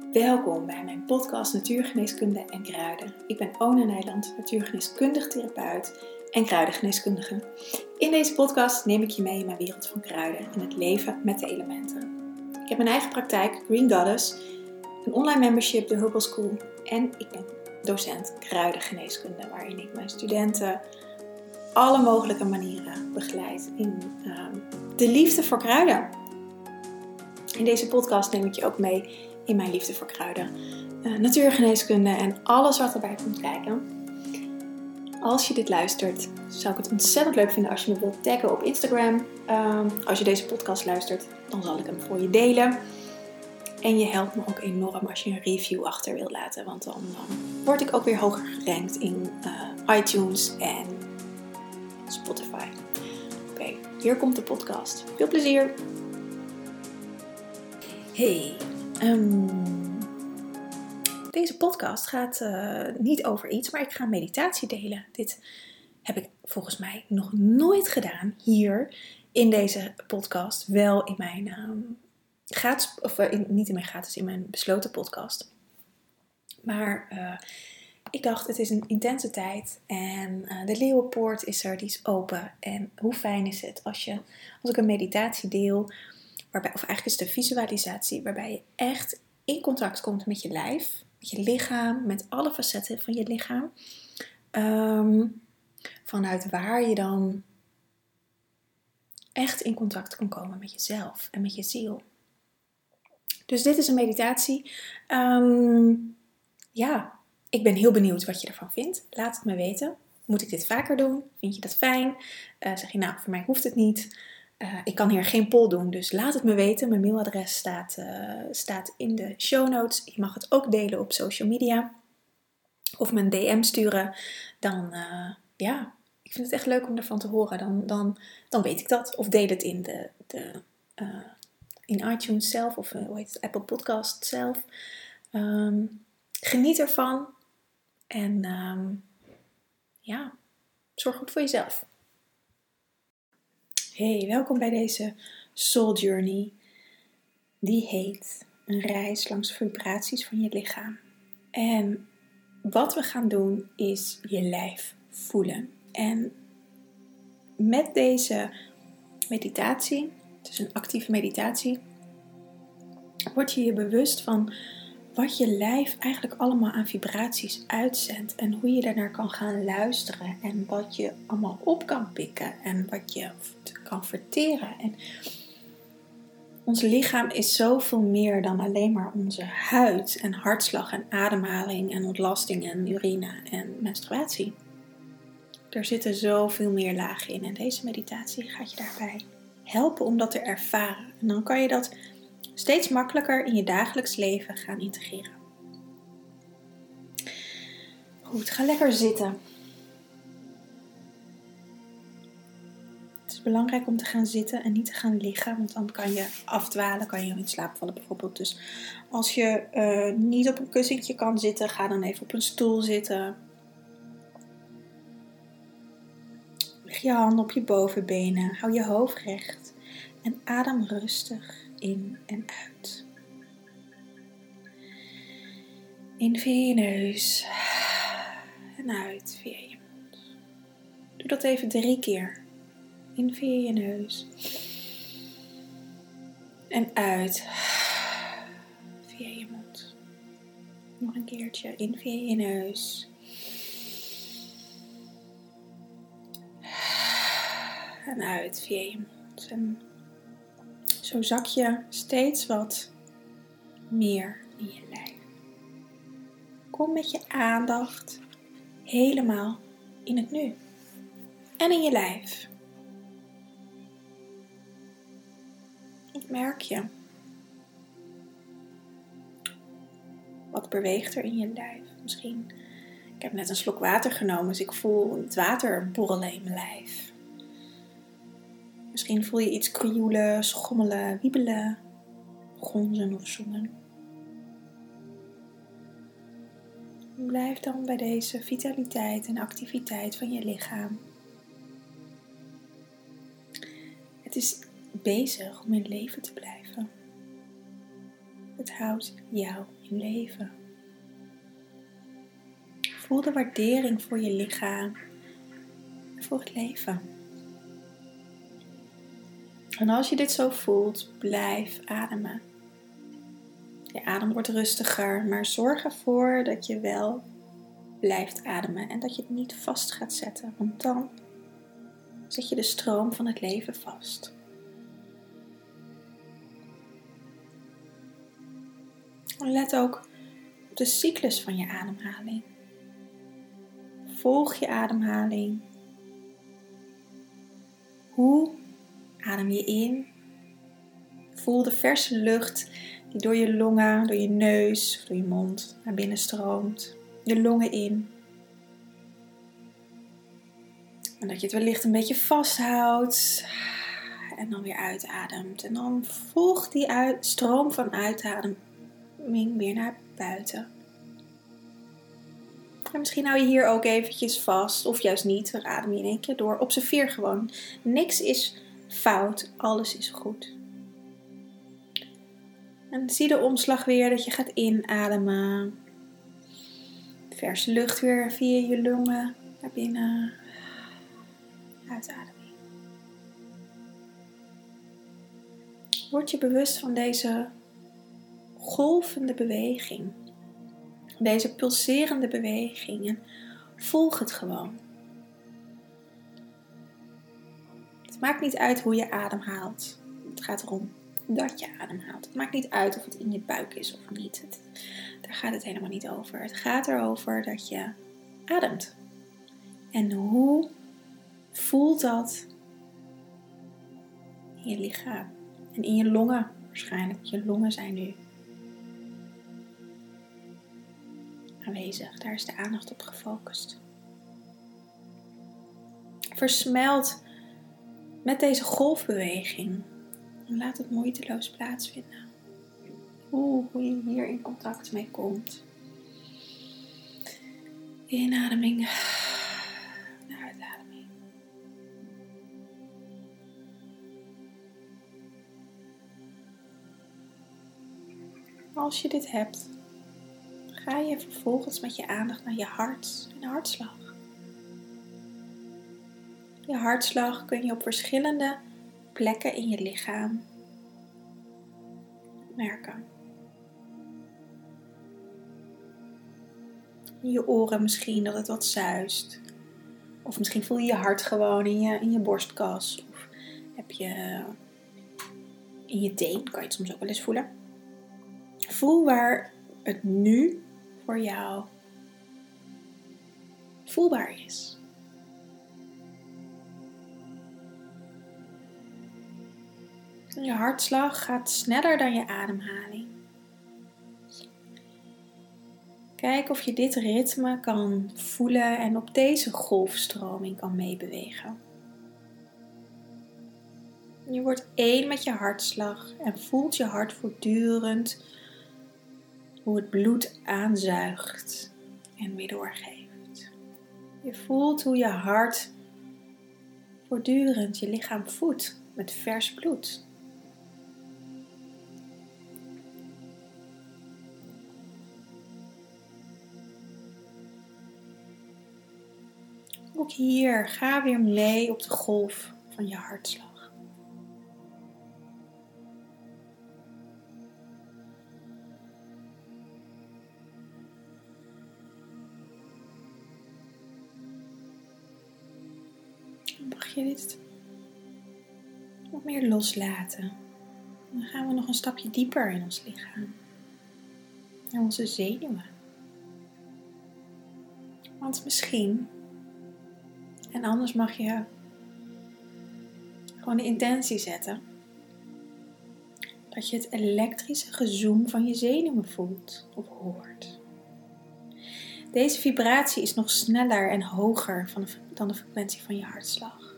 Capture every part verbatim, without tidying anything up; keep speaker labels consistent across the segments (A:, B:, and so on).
A: Welkom bij mijn podcast Natuurgeneeskunde en Kruiden. Ik ben Ona Nijland, natuurgeneeskundig therapeut en kruidengeneeskundige. In deze podcast neem ik je mee in mijn wereld van kruiden en het leven met de elementen. Ik heb mijn eigen praktijk, Green Goddess, een online membership, de Herbal School en ik ben docent kruidengeneeskunde, waarin ik mijn studenten alle mogelijke manieren begeleid in uh, de liefde voor kruiden. In deze podcast neem ik je ook mee in mijn liefde voor kruiden, uh, natuurgeneeskunde en alles wat erbij komt kijken. Als je dit luistert, zou ik het ontzettend leuk vinden als je me wilt taggen op Instagram. Uh, als je deze podcast luistert, dan zal ik hem voor je delen. En je helpt me ook enorm als je een review achter wilt laten, want dan uh, word ik ook weer hoger gerankt in uh, iTunes en Spotify. Oké, okay, hier komt de podcast. Veel plezier! Hey, um, deze podcast gaat uh, niet over iets, maar ik ga meditatie delen. Dit heb ik volgens mij nog nooit gedaan hier in deze podcast. Wel in mijn um, gratis, of uh, in, niet in mijn gratis, in mijn besloten podcast. Maar uh, ik dacht, het is een intense tijd en uh, de Leeuwenpoort is er, die is open. En hoe fijn is het als, je, als ik een meditatie deel, waarbij, of eigenlijk is het een visualisatie, waarbij je echt in contact komt met je lijf, met je lichaam, met alle facetten van je lichaam. Um, vanuit waar je dan echt in contact kan komen met jezelf en met je ziel. Dus dit is een meditatie. Um, ja, ik ben heel benieuwd wat je ervan vindt. Laat het me weten. Moet ik dit vaker doen? Vind je dat fijn? Uh, zeg je nou, voor mij hoeft het niet. Uh, ik kan hier geen poll doen, dus laat het me weten. Mijn mailadres staat, uh, staat in de show notes. Je mag het ook delen op social media. Of me een D M sturen. Dan, uh, ja, ik vind het echt leuk om ervan te horen. Dan, dan, dan weet ik dat. Of deel het in, de, de, uh, in iTunes zelf. Of uh, hoe heet het, Apple Podcast zelf. Um, geniet ervan. En um, ja, zorg goed voor jezelf. Hey, welkom bij deze Soul Journey. Die heet een reis langs vibraties van je lichaam. En wat we gaan doen is je lijf voelen. En met deze meditatie, het is een actieve meditatie, word je je bewust van wat je lijf eigenlijk allemaal aan vibraties uitzendt. En hoe je daarnaar kan gaan luisteren. En wat je allemaal op kan pikken. En wat je kan verteren. En ons lichaam is zoveel meer dan alleen maar onze huid. En hartslag en ademhaling en ontlasting en urine en menstruatie. Er zitten zoveel meer lagen in. En deze meditatie gaat je daarbij helpen om dat te ervaren. En dan kan je dat steeds makkelijker in je dagelijks leven gaan integreren. Goed, ga lekker zitten. Het is belangrijk om te gaan zitten en niet te gaan liggen, want dan kan je afdwalen, kan je in slaap vallen bijvoorbeeld. Dus als je uh, niet op een kussentje kan zitten, ga dan even op een stoel zitten. Leg je handen op je bovenbenen, hou je hoofd recht en adem rustig in en uit. In via je neus en uit via je mond. Doe dat even drie keer. In via je neus en uit via je mond. Nog een keertje. In via je neus en uit via je mond. En zo zak je steeds wat meer in je lijf. Kom met je aandacht helemaal in het nu. En in je lijf. Wat merk je? Wat beweegt er in je lijf? Misschien, ik heb net een slok water genomen, dus ik voel het water borrelen in mijn lijf. Misschien voel je iets krioelen, schommelen, wiebelen, gonzen of zoemen. Blijf dan bij deze vitaliteit en activiteit van je lichaam. Het is bezig om in leven te blijven. Het houdt jou in leven. Voel de waardering voor je lichaam en voor het leven. En als je dit zo voelt, blijf ademen. Je adem wordt rustiger, maar zorg ervoor dat je wel blijft ademen en dat je het niet vast gaat zetten, want dan zet je de stroom van het leven vast. Let ook op de cyclus van je ademhaling. Volg je ademhaling. Hoe adem je in? Voel de verse lucht die door je longen, door je neus, door je mond naar binnen stroomt. Je longen in. En dat je het wellicht een beetje vasthoudt. En dan weer uitademt. En dan volg die uit, stroom van uitademing weer naar buiten. En misschien hou je hier ook eventjes vast. Of juist niet. Dan adem je in één keer door. Observeer gewoon. Niks is fout. Alles is goed. En zie de omslag weer dat je gaat inademen. Verse lucht weer via je longen naar binnen. Uitademing. Word je bewust van deze golvende beweging. Deze pulserende beweging. En volg het gewoon. Het maakt niet uit hoe je ademhaalt. Het gaat erom dat je ademhaalt. Het maakt niet uit of het in je buik is of niet. Het, daar gaat het helemaal niet over. Het gaat erover dat je ademt. En hoe voelt dat in je lichaam? En in je longen waarschijnlijk. Je longen zijn nu aanwezig. Daar is de aandacht op gefocust. Versmelt met deze golfbeweging. En laat het moeiteloos plaatsvinden. Hoe, hoe je hier in contact mee komt. Inademing. Uitademing. Als je dit hebt, ga je vervolgens met je aandacht naar je hart en hartslag. Je hartslag kun je op verschillende plekken in je lichaam merken. In je oren misschien dat het wat zuist. Of misschien voel je je hart gewoon in je, in je borstkas. Of heb je in je teen, kan je het soms ook wel eens voelen. Voel waar het nu voor jou voelbaar is. Je hartslag gaat sneller dan je ademhaling. Kijk of je dit ritme kan voelen en op deze golfstroming kan meebewegen. Je wordt één met je hartslag en voelt je hart voortdurend hoe het bloed aanzuigt en weer doorgeeft. Je voelt hoe je hart voortdurend je lichaam voedt met vers bloed. Ook hier, ga weer mee op de golf van je hartslag. Dan mag je dit wat meer loslaten. Dan gaan we nog een stapje dieper in ons lichaam. Naar onze zenuwen. Want misschien... En anders mag je gewoon de intentie zetten dat je het elektrische gezoem van je zenuwen voelt of hoort. Deze vibratie is nog sneller en hoger dan de frequentie van je hartslag.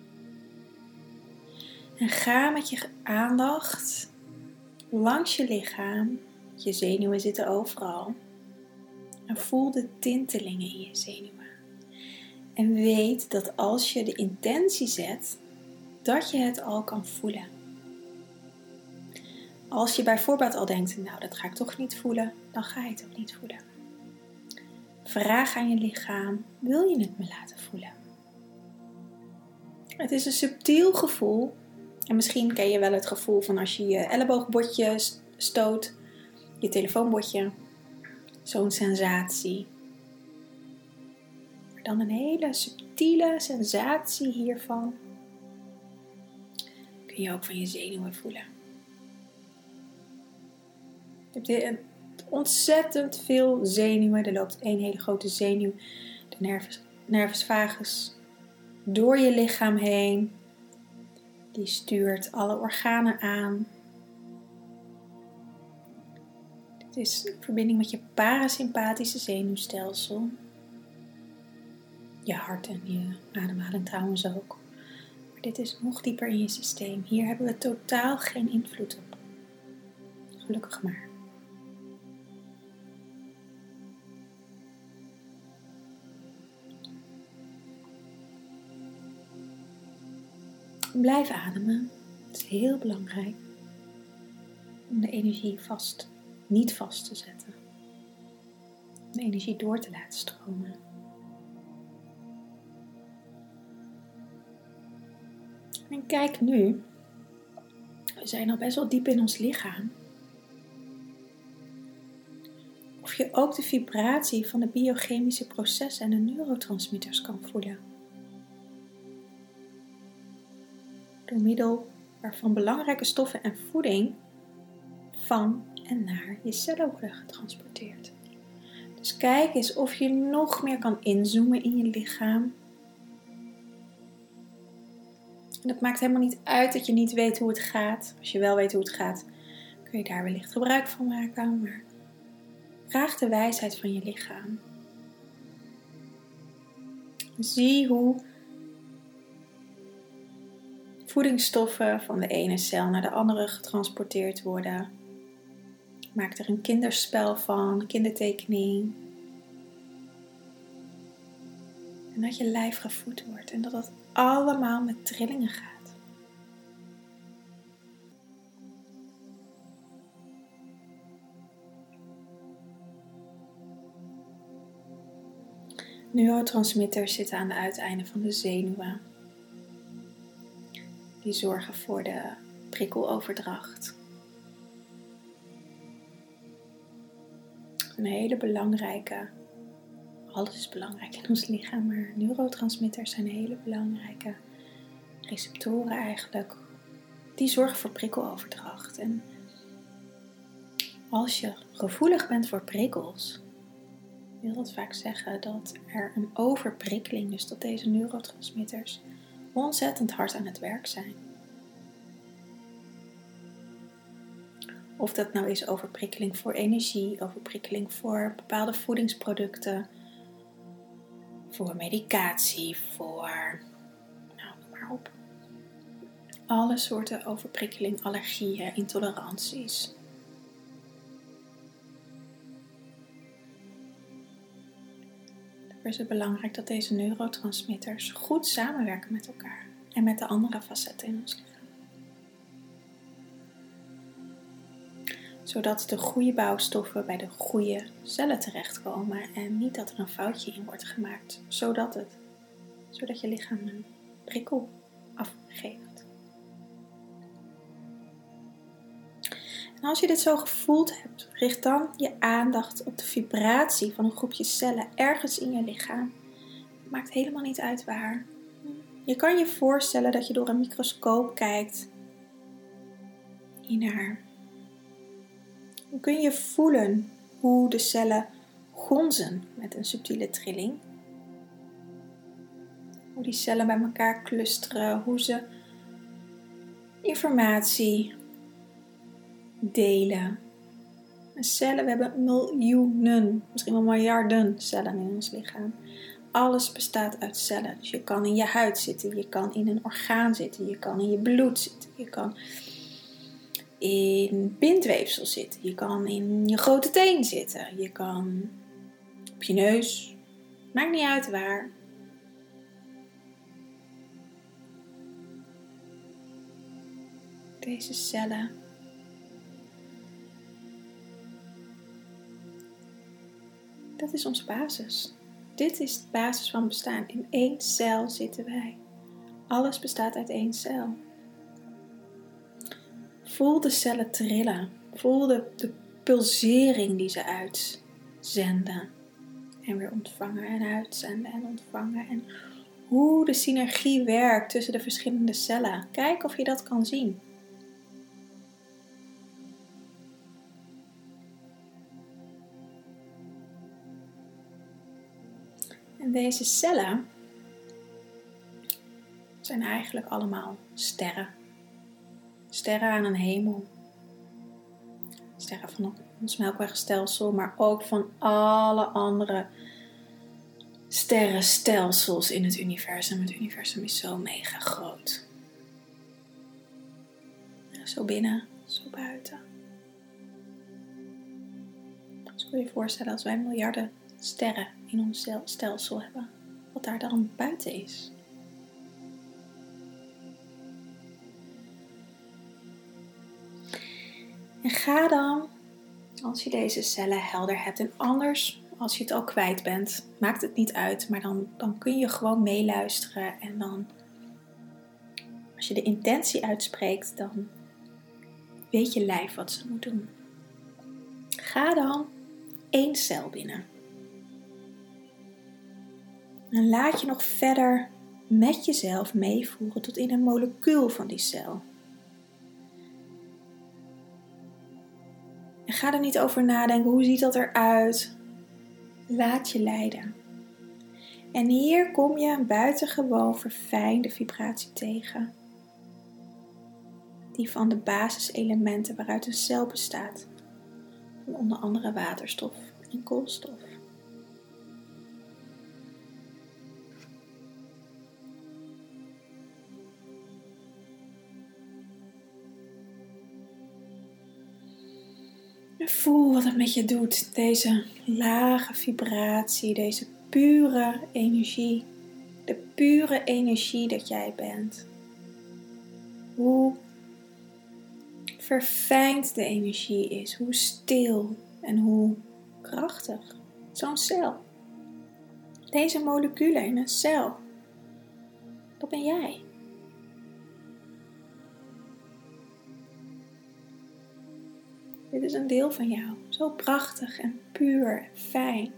A: En ga met je aandacht langs je lichaam, je zenuwen zitten overal, en voel de tintelingen in je zenuwen. En weet dat als je de intentie zet, dat je het al kan voelen. Als je bijvoorbeeld al denkt, nou dat ga ik toch niet voelen, dan ga je het ook niet voelen. Vraag aan je lichaam, wil je het me laten voelen? Het is een subtiel gevoel. En misschien ken je wel het gevoel van als je je elleboogbordje stoot, je telefoonbordje. Zo'n sensatie. Maar dan een hele subtiele sensatie hiervan. Kun je ook van je zenuwen voelen. Je hebt ontzettend veel zenuwen. Er loopt één hele grote zenuw, de nervus, nervus vagus, door je lichaam heen. Die stuurt alle organen aan. Dit is in verbinding met je parasympathische zenuwstelsel. Je hart en je ademhaling trouwens ook. Maar dit is nog dieper in je systeem. Hier hebben we totaal geen invloed op. Gelukkig maar. Blijf ademen. Het is heel belangrijk om de energie vast, niet vast te zetten. Om de energie door te laten stromen. En kijk nu, we zijn al best wel diep in ons lichaam. Of je ook de vibratie van de biochemische processen en de neurotransmitters kan voelen. Door middel waarvan belangrijke stoffen en voeding van en naar je cellen worden getransporteerd. Dus kijk eens of je nog meer kan inzoomen in je lichaam. En het maakt helemaal niet uit dat je niet weet hoe het gaat. Als je wel weet hoe het gaat, kun je daar wellicht gebruik van maken. Maar vraag de wijsheid van je lichaam. Zie hoe voedingsstoffen van de ene cel naar de andere getransporteerd worden. Maak er een kinderspel van, een kindertekening. En dat je lijf gevoed wordt en dat dat allemaal met trillingen gaat. Neurotransmitters zitten aan de uiteinden van de zenuwen. Die zorgen voor de prikkeloverdracht. Een hele belangrijke, alles is belangrijk in ons lichaam, maar neurotransmitters zijn hele belangrijke receptoren eigenlijk. Die zorgen voor prikkeloverdracht. En als je gevoelig bent voor prikkels, wil dat vaak zeggen dat er een overprikkeling, dus dat deze neurotransmitters ontzettend hard aan het werk zijn. Of dat nou is overprikkeling voor energie, overprikkeling voor bepaalde voedingsproducten, voor medicatie, voor, nou noem maar op. Alle soorten overprikkeling, allergieën, intoleranties. Daarvoor is het belangrijk dat deze neurotransmitters goed samenwerken met elkaar en met de andere facetten in ons lichaam. Zodat de goede bouwstoffen bij de goede cellen terechtkomen en niet dat er een foutje in wordt gemaakt, zodat, het, zodat je lichaam een prikkel afgeeft. En als je dit zo gevoeld hebt, richt dan je aandacht op de vibratie van een groepje cellen ergens in je lichaam. Het maakt helemaal niet uit waar. Je kan je voorstellen dat je door een microscoop kijkt hiernaar. Dan kun je voelen hoe de cellen gonzen met een subtiele trilling. Hoe die cellen bij elkaar clusteren, hoe ze informatie delen. En cellen, we hebben miljoenen, misschien wel miljarden cellen in ons lichaam. Alles bestaat uit cellen. Dus je kan in je huid zitten, je kan in een orgaan zitten, je kan in je bloed zitten, je kan in bindweefsel zitten, je kan in je grote teen zitten, je kan op je neus, maakt niet uit waar. Deze cellen Dat is onze basis. Dit is de basis van bestaan. In één cel zitten wij. Alles bestaat uit één cel. Voel de cellen trillen. Voel de, de pulsering die ze uitzenden. En weer ontvangen en uitzenden en ontvangen. En hoe de synergie werkt tussen de verschillende cellen. Kijk of je dat kan zien. En deze cellen zijn eigenlijk allemaal sterren. Sterren aan een hemel. Sterren van ons melkwegstelsel, maar ook van alle andere sterrenstelsels in het universum. Het universum is zo mega groot. Zo binnen, zo buiten. Dus kun je je voorstellen als wij miljarden sterren in ons stelsel hebben, wat daar dan buiten is. En ga dan, als je deze cellen helder hebt, en anders, als je het al kwijt bent, maakt het niet uit, maar dan, dan kun je gewoon meeluisteren en dan, als je de intentie uitspreekt, dan weet je lijf wat ze moet doen. Ga dan één cel binnen. En laat je nog verder met jezelf meevoeren tot in een molecuul van die cel. En ga er niet over nadenken, hoe ziet dat eruit? Laat je leiden. En hier kom je een buitengewoon verfijnde vibratie tegen. Die van de basiselementen waaruit een cel bestaat. Van onder andere waterstof en koolstof. En voel wat het met je doet. Deze lage vibratie, deze pure energie. De pure energie dat jij bent. Hoe verfijnd de energie is. Hoe stil en hoe krachtig. Zo'n cel. Deze moleculen in een cel. Dat ben jij. Dit is een deel van jou. Zo prachtig en puur en fijn.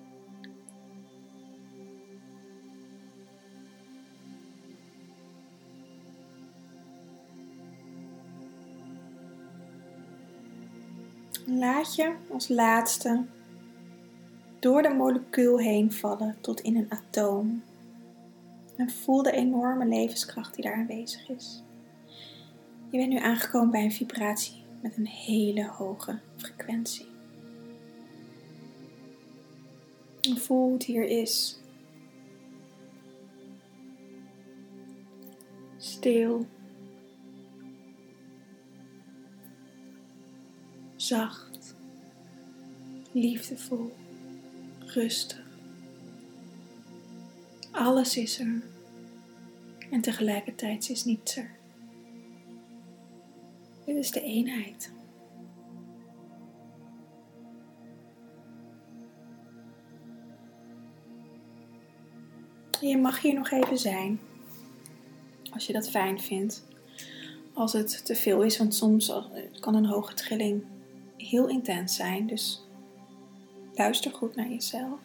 A: Laat je als laatste door de molecuul heen vallen tot in een atoom. En voel de enorme levenskracht die daar aanwezig is. Je bent nu aangekomen bij een vibratie met een hele hoge frequentie. En voel hoe het hier is. Stil. Zacht. Liefdevol. Rustig. Alles is er. En tegelijkertijd is niets er. Dit is de eenheid. Je mag hier nog even zijn. Als je dat fijn vindt. Als het te veel is, want soms kan een hoge trilling heel intens zijn. Dus luister goed naar jezelf.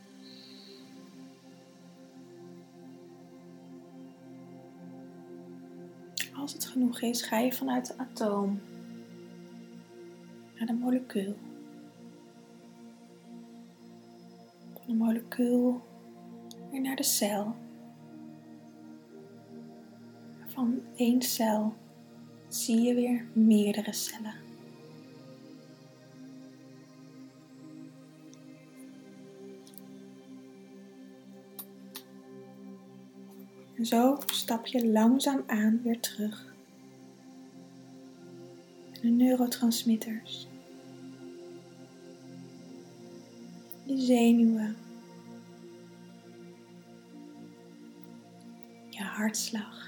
A: Als het genoeg is, ga je vanuit de atoom naar de molecuul. Van de molecuul weer naar de cel. Van één cel zie je weer meerdere cellen. En zo stap je langzaam aan weer terug. De neurotransmitters. Je zenuwen. Je hartslag.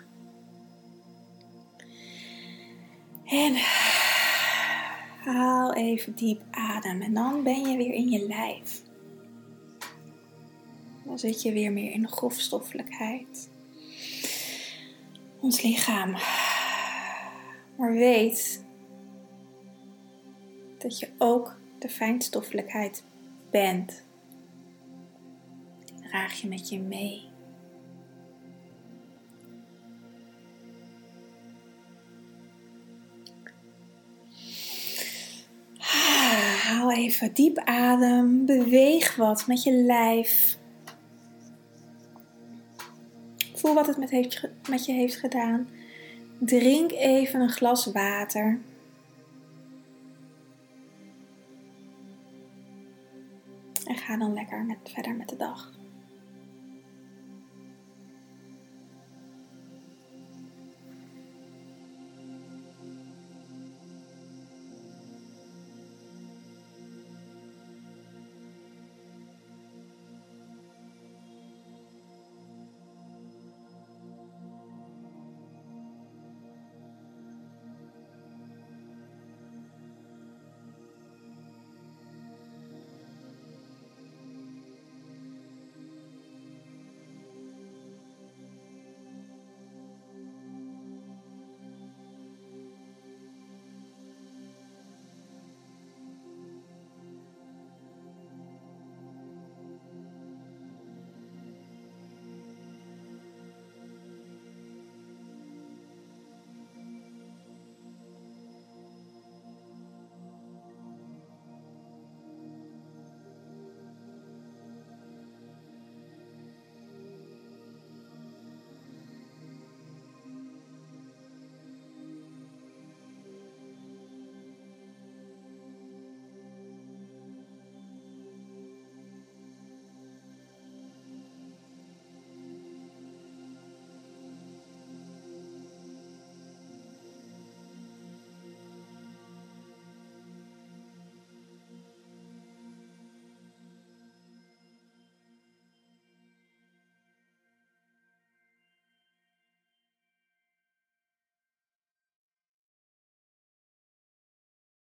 A: En haal even diep adem. En dan ben je weer in je lijf. Dan zit je weer meer in de grofstoffelijkheid. Ons lichaam. Maar weet dat je ook de fijnstoffelijkheid bent. Die draag je met je mee. Haal even diep adem. Beweeg wat met je lijf. Voel wat het met, heeft, met je heeft gedaan. Drink even een glas water. En ga dan lekker met, verder met de dag.